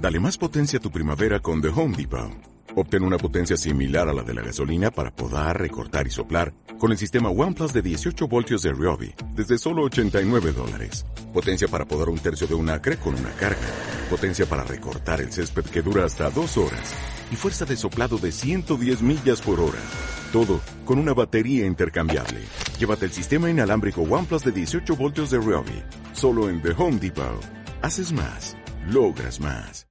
Dale más potencia a tu primavera con The Home Depot. Obtén una potencia similar a la de la gasolina para podar, recortar y soplar con el sistema OnePlus de 18 voltios de Ryobi desde solo $89. Potencia para podar un tercio de un acre con una carga. Potencia para recortar el césped que dura hasta 2 horas. Y fuerza de soplado de 110 millas por hora. Todo con una batería intercambiable. Llévate el sistema inalámbrico OnePlus de 18 voltios de Ryobi. Solo en The Home Depot. Haces más. Logras más.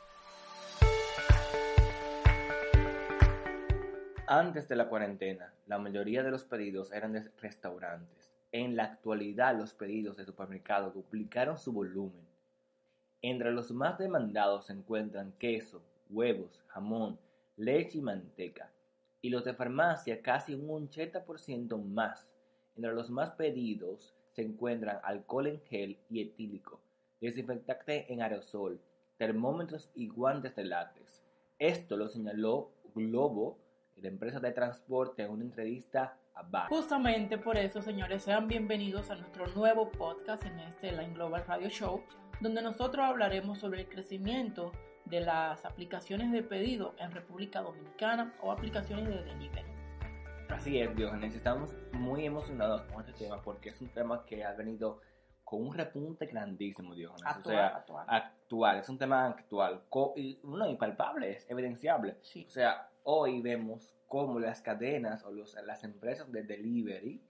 Antes de la cuarentena, la mayoría de los pedidos eran de restaurantes. En la actualidad, los pedidos de supermercados duplicaron su volumen. Entre los más demandados se encuentran queso, huevos, jamón, leche y manteca. Y los de farmacia casi un 80% más. Entre los más pedidos se encuentran alcohol en gel y etílico, desinfectante en aerosol, termómetros y guantes de látex. Esto lo señaló Globo, la empresa de transporte, en una entrevista a Bar. Justamente por eso, señores, sean bienvenidos a nuestro nuevo podcast en este Line Global Radio Show, donde nosotros hablaremos sobre el crecimiento de las aplicaciones de pedido en República Dominicana o aplicaciones de delivery. Así es, Diógenes, estamos muy emocionados con este tema porque es un tema que ha venido con un repunte grandísimo, Diógenes. Actual, es un tema actual, y palpable, es evidenciable. Sí. O sea, hoy vemos cómo las cadenas o las empresas de delivery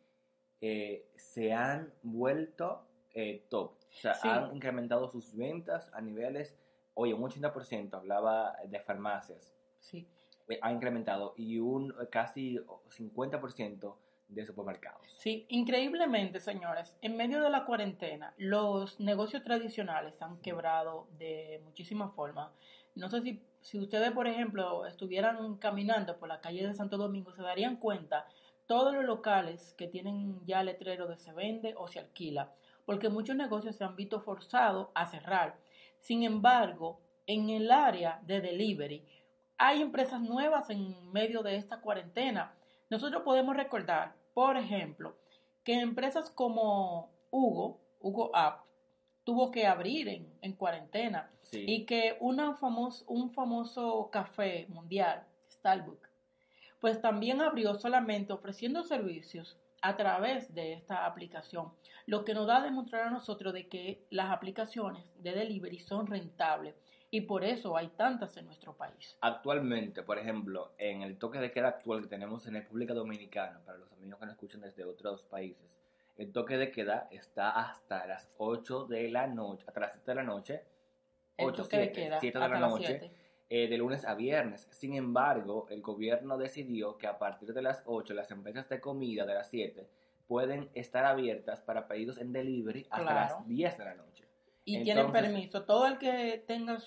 se han vuelto top. O sea, sí, han incrementado sus ventas a niveles, oye, un 80%, hablaba de farmacias. Sí. Ha incrementado y un casi 50% de supermercados. Sí, increíblemente, señores, en medio de la cuarentena, los negocios tradicionales han quebrado de muchísimas formas. No sé si ustedes, por ejemplo, estuvieran caminando por la calle de Santo Domingo, se darían cuenta todos los locales que tienen ya letrero de se vende o se alquila, porque muchos negocios se han visto forzados a cerrar. Sin embargo, en el área de delivery, hay empresas nuevas en medio de esta cuarentena. Nosotros podemos recordar, por ejemplo, que empresas como Hugo App, tuvo que abrir en cuarentena. Sí. Y que un famoso café mundial, Starbucks, pues también abrió solamente ofreciendo servicios a través de esta aplicación, lo que nos da a demostrar a nosotros de que las aplicaciones de delivery son rentables y por eso hay tantas en nuestro país. Actualmente, por ejemplo, en el toque de queda actual que tenemos en República Dominicana, para los amigos que nos escuchan desde otros países, el toque de queda está hasta las 8 de la noche, hasta las 7 de la noche, 7 de la noche, de lunes a viernes. Sin embargo, el gobierno decidió que a partir de las 8 las empresas de comida de las 7 pueden estar abiertas para pedidos en delivery hasta las 10 de la noche. Y entonces, tienen permiso. Todo el que tenga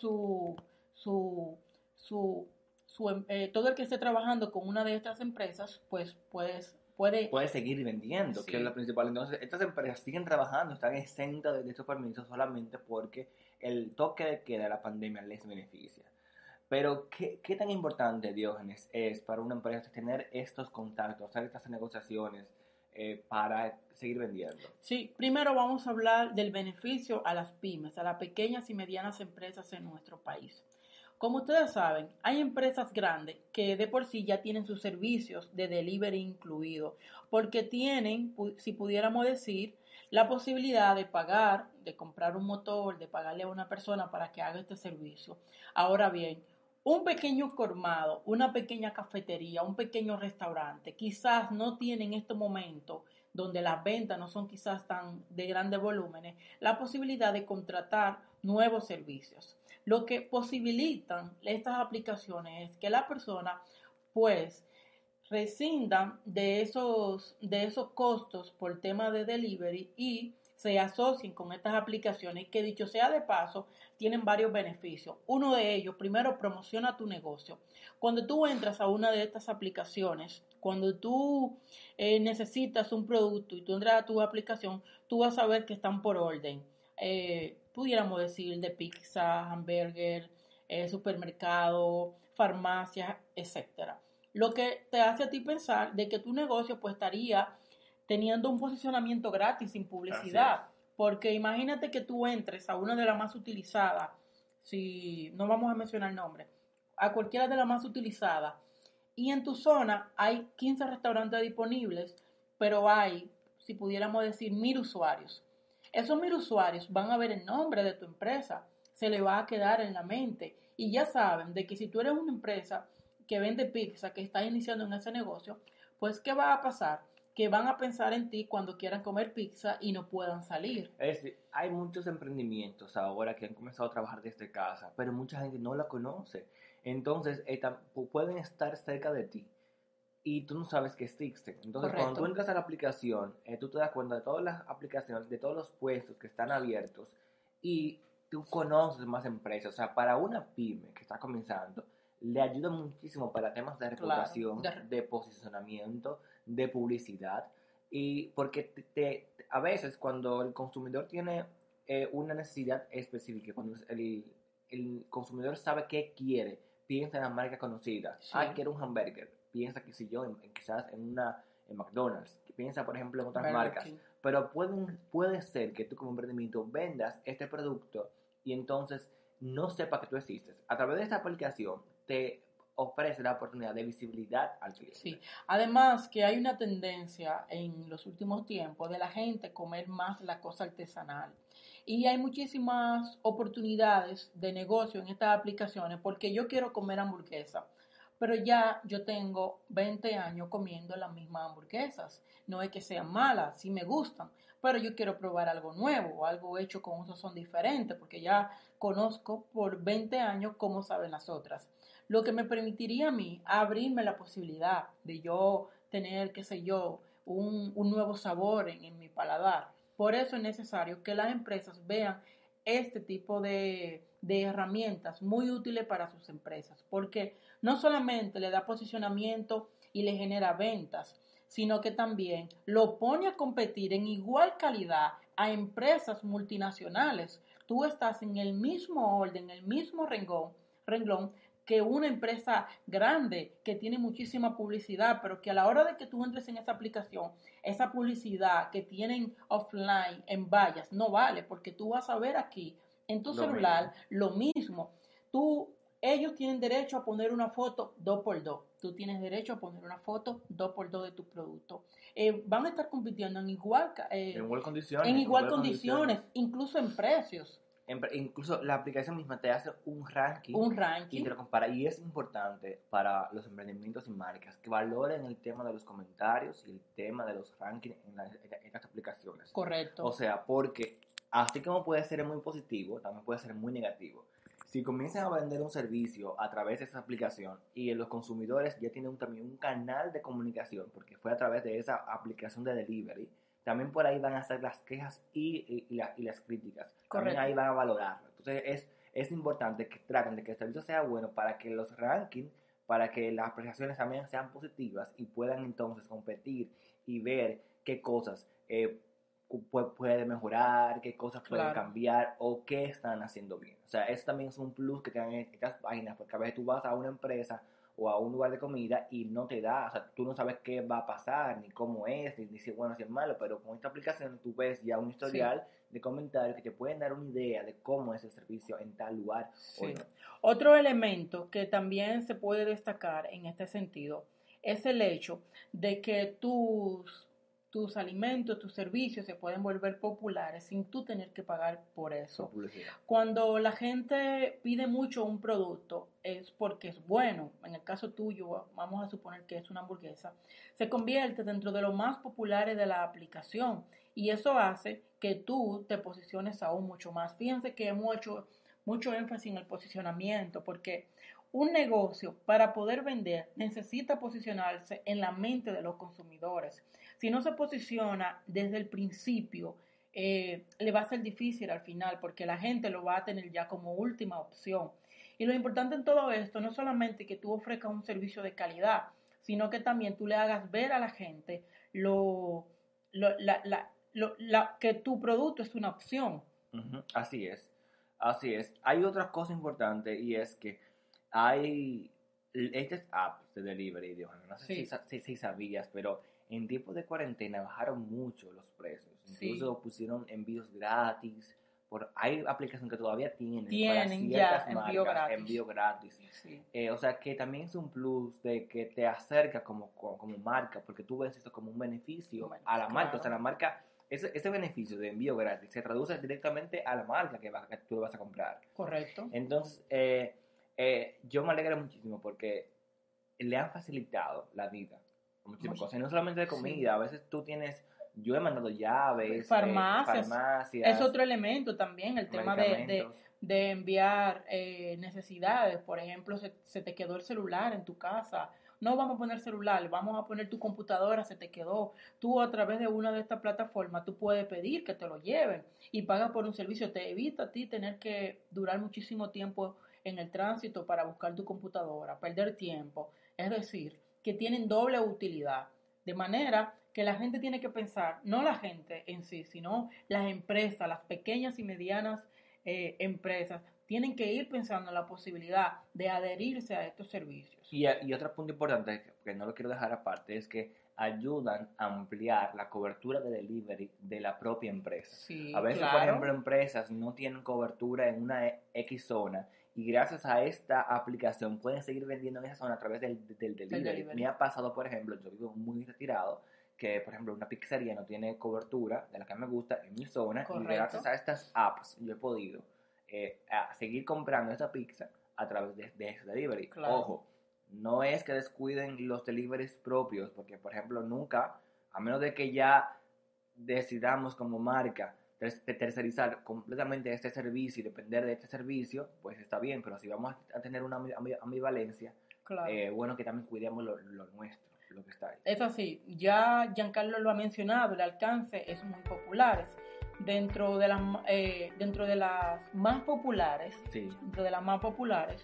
todo el que esté trabajando con una de estas empresas, pues puede seguir vendiendo, sí, que es lo principal. Entonces, estas empresas siguen trabajando, están exentas de estos permisos solamente porque el toque de queda de la pandemia les beneficia. Pero, ¿qué tan importante, Diógenes, es para una empresa tener estos contactos, hacer estas negociaciones para seguir vendiendo? Sí, primero vamos a hablar del beneficio a las pymes, a las pequeñas y medianas empresas en nuestro país. Como ustedes saben, hay empresas grandes que de por sí ya tienen sus servicios de delivery incluidos, porque tienen, si pudiéramos decir, la posibilidad de pagar, de comprar un motor, de pagarle a una persona para que haga este servicio. Ahora bien, un pequeño colmado, una pequeña cafetería, un pequeño restaurante, quizás no tiene en este momento, donde las ventas no son quizás tan de grandes volúmenes, la posibilidad de contratar nuevos servicios. Lo que posibilitan estas aplicaciones es que la persona pues rescindan de esos costos por tema de delivery y se asocien con estas aplicaciones que, dicho sea de paso, tienen varios beneficios. Uno de ellos, primero, promociona tu negocio. Cuando tú entras a una de estas aplicaciones, cuando tú necesitas un producto y tú entras a tu aplicación, tú vas a ver que están por orden. Pudiéramos decir de pizza, hamburger, supermercado, farmacia, etcétera. Lo que te hace a ti pensar de que tu negocio pues estaría teniendo un posicionamiento gratis sin publicidad. Porque imagínate que tú entres a una de las más utilizadas si no vamos a mencionar nombres, a cualquiera de las más utilizadas, y en tu zona hay 15 restaurantes disponibles, pero hay, si pudiéramos decir, 1.000 usuarios. Esos 1.000 usuarios van a ver el nombre de tu empresa, se le va a quedar en la mente, y ya saben de que si tú eres una empresa que vende pizza, que está iniciando en ese negocio, pues ¿qué va a pasar? Que van a pensar en ti cuando quieran comer pizza y no puedan salir. Es decir, hay muchos emprendimientos ahora que han comenzado a trabajar desde casa, pero mucha gente no la conoce. Entonces, pueden estar cerca de ti y tú no sabes que existen. Entonces, cuando tú Correcto. entras a la aplicación, tú te das cuenta de todas las aplicaciones, de todos los puestos que están abiertos y tú conoces más empresas. O sea, para una pyme que está comenzando, le ayuda muchísimo para temas de Claro. reputación, de posicionamiento, de publicidad. Y porque a veces cuando el consumidor tiene una necesidad específica, cuando el consumidor sabe qué quiere, piensa en la marca conocida. Sí. Ah, quiero un hamburger. Piensa, que si yo, quizás en McDonald's. Piensa, por ejemplo, en otras Burger marcas. King. Pero puede ser que tú como emprendimiento vendas este producto y entonces no sepa que tú existes. A través de esta aplicación te ofrece la oportunidad de visibilidad al cliente. Sí, además que hay una tendencia en los últimos tiempos de la gente comer más la cosa artesanal. Y hay muchísimas oportunidades de negocio en estas aplicaciones porque yo quiero comer hamburguesa, pero ya yo tengo 20 años comiendo las mismas hamburguesas. No es que sean malas, sí me gustan, pero yo quiero probar algo nuevo, algo hecho con un sazón diferente, porque ya conozco por 20 años cómo saben las otras. Lo que me permitiría a mí abrirme la posibilidad de yo tener, qué sé yo, un nuevo sabor en mi paladar. Por eso es necesario que las empresas vean este tipo de herramientas muy útiles para sus empresas, porque no solamente le da posicionamiento y le genera ventas, sino que también lo pone a competir en igual calidad a empresas multinacionales. Tú estás en el mismo orden, en el mismo renglón que una empresa grande que tiene muchísima publicidad, pero que a la hora de que tú entres en esa aplicación, esa publicidad que tienen offline en vallas no vale, porque tú vas a ver aquí en tu celular lo mismo. Ellos tienen derecho a poner una foto 2x2. Tú tienes derecho a poner una foto 2x2 de tu producto. Van a estar compitiendo en igual condiciones, incluso en precios. Incluso la aplicación misma te hace un ranking y te lo compara. Y es importante para los emprendimientos y marcas que valoren el tema de los comentarios y el tema de los rankings en las aplicaciones. Correcto. O sea, porque así como puede ser muy positivo, también puede ser muy negativo. Si comienzan a vender un servicio a través de esa aplicación y los consumidores ya tienen también un canal de comunicación, porque fue a través de esa aplicación de delivery, también por ahí van a hacer las quejas y las críticas. Correcto. También ahí van a valorarlo. Entonces es importante que traten de que el servicio sea bueno para que los rankings, para que las prestaciones también sean positivas y puedan entonces competir y ver qué cosas puede mejorar, qué cosas pueden cambiar o qué están haciendo bien. O sea, eso también es un plus que te dan estas páginas, porque a veces tú vas a una empresa o a un lugar de comida y no te da, o sea, tú no sabes qué va a pasar, ni cómo es, ni si es bueno, si es malo, pero con esta aplicación tú ves ya un historial de comentarios que te pueden dar una idea de cómo es el servicio en tal lugar o no. Otro elemento que también se puede destacar en este sentido es el hecho de que tus alimentos, tus servicios se pueden volver populares sin tú tener que pagar por eso. Cuando la gente pide mucho un producto es porque es bueno. En el caso tuyo, vamos a suponer que es una hamburguesa, se convierte dentro de los más populares de la aplicación y eso hace que tú te posiciones aún mucho más. Fíjense que hemos hecho mucho énfasis en el posicionamiento porque un negocio para poder vender necesita posicionarse en la mente de los consumidores. Si no se posiciona desde el principio, le va a ser difícil al final porque la gente lo va a tener ya como última opción. Y lo importante en todo esto no es solamente que tú ofrezcas un servicio de calidad, sino que también tú le hagas ver a la gente que tu producto es una opción. Uh-huh. Así es. Hay otra cosa importante y es que hay estas apps de delivery, no sé si sabías, pero en tiempos de cuarentena bajaron mucho los precios. Incluso pusieron envíos gratis hay aplicaciones que todavía tienen para Tienen ciertas ya marcas envío gratis. Sí. O sea que también es un plus de que te acerca como marca, porque tú ves esto como un beneficio a la marca. Claro. O sea, la marca, ese beneficio de envío gratis se traduce directamente a la marca que tú vas a comprar. Correcto. Entonces, yo me alegra muchísimo porque le han facilitado la vida a muchísimas cosas. Y no solamente de comida, a veces yo he mandado llaves, farmacias. Es otro elemento también, el tema de enviar necesidades. Por ejemplo, se te quedó el celular en tu casa. No vamos a poner celular, vamos a poner tu computadora, se te quedó. Tú a través de una de estas plataformas, tú puedes pedir que te lo lleven y pagas por un servicio. Te evita a ti tener que durar muchísimo tiempo en el tránsito para buscar tu computadora, perder tiempo. Es decir, que tienen doble utilidad. De manera que la gente tiene que pensar, no la gente en sí, sino las empresas, las pequeñas y medianas empresas, tienen que ir pensando en la posibilidad de adherirse a estos servicios. Y otro punto importante, que no lo quiero dejar aparte, es que ayudan a ampliar la cobertura de delivery de la propia empresa. Sí, a veces, claro. por ejemplo, empresas no tienen cobertura en una X zona y gracias a esta aplicación pueden seguir vendiendo en esa zona a través del delivery. Me ha pasado, por ejemplo, yo vivo muy retirado, que por ejemplo una pizzería no tiene cobertura de la que me gusta en mi zona. Correcto. Y gracias a estas apps yo he podido seguir comprando esa pizza a través de ese delivery. Claro. Ojo, no es que descuiden los deliveries propios, porque por ejemplo nunca, a menos de que ya decidamos como marca tercerizar completamente este servicio y depender de este servicio, pues está bien, pero si vamos a tener una ambivalencia, claro. Bueno que también cuidemos lo nuestro, lo que está ahí. Es así, ya Giancarlo lo ha mencionado, el alcance es muy popular. Dentro de las más populares, sí. Dentro de las más populares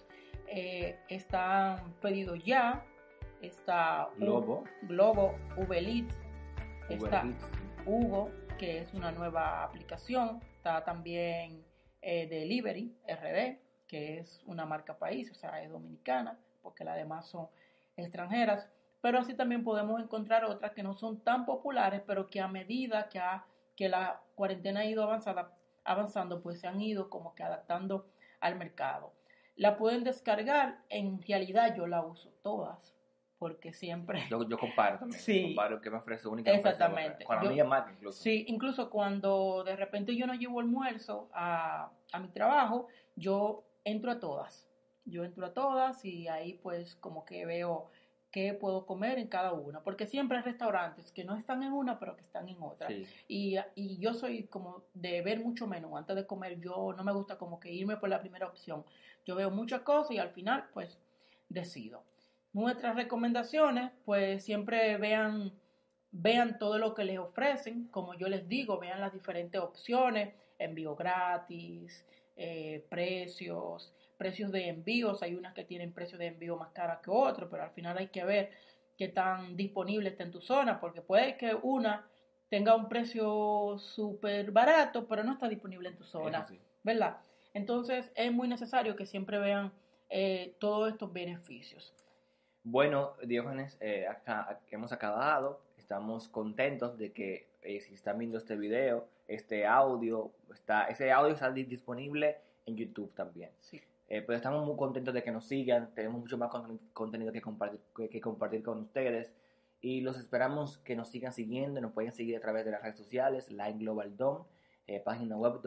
están Pedido Ya, está Globo, Uber Eats, está Hugo, que es una nueva aplicación, está también Delivery RD, que es una marca país, o sea, es dominicana, porque las demás son extranjeras, pero así también podemos encontrar otras que no son tan populares, pero que a medida que la cuarentena ha ido avanzando, pues se han ido como que adaptando al mercado. La pueden descargar, en realidad yo la uso todas, porque siempre... Yo comparo también, sí, comparo que me ofrece única. Exactamente. Con la mía más incluso. Sí, incluso cuando de repente yo no llevo almuerzo a mi trabajo, yo entro a todas. Y ahí pues como que veo qué puedo comer en cada una, porque siempre hay restaurantes que no están en una, pero que están en otra. Sí. Y yo soy como de ver mucho menú. Antes de comer yo no me gusta como que irme por la primera opción. Yo veo muchas cosas y al final pues decido. Nuestras recomendaciones, pues siempre vean todo lo que les ofrecen. Como yo les digo, vean las diferentes opciones, envío gratis, precios de envíos. Hay unas que tienen precios de envío más caras que otras, pero al final hay que ver qué tan disponible está en tu zona, porque puede que una tenga un precio súper barato, pero no está disponible en tu zona, sí. ¿Verdad? Entonces es muy necesario que siempre vean todos estos beneficios. Bueno, Diógenes, acá hemos acabado. Estamos contentos de que si están viendo este video, ese audio está disponible en YouTube también. Sí. Pero estamos muy contentos de que nos sigan. Tenemos mucho más contenido que compartir con ustedes. Y los esperamos que nos sigan siguiendo. Nos pueden seguir a través de las redes sociales, Line Global Dom, página web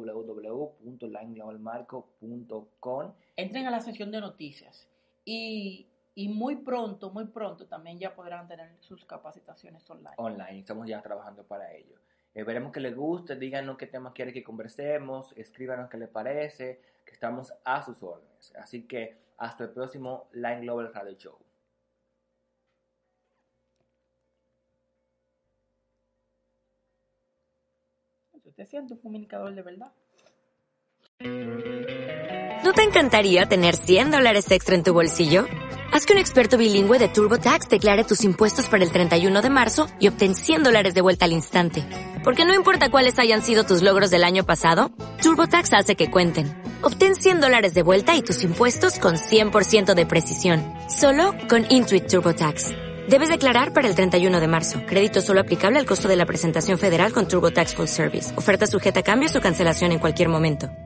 www.lineglobalmarco.com. Entren a la sección de noticias y muy pronto también ya podrán tener sus capacitaciones online. Estamos ya trabajando para ello. Veremos que les guste, díganos qué temas quieren que conversemos, escríbanos qué les parece, que estamos a sus órdenes. Así que hasta el próximo Line Global Radio Show. ¿Usted siente un comunicador de verdad? ¿No te encantaría tener $100 extra en tu bolsillo? Haz que un experto bilingüe de TurboTax declare tus impuestos para el 31 de marzo y obtén $100 de vuelta al instante. Porque no importa cuáles hayan sido tus logros del año pasado, TurboTax hace que cuenten. Obtén $100 de vuelta y tus impuestos con 100% de precisión. Solo con Intuit TurboTax. Debes declarar para el 31 de marzo. Crédito solo aplicable al costo de la presentación federal con TurboTax Full Service. Oferta sujeta a cambios o cancelación en cualquier momento.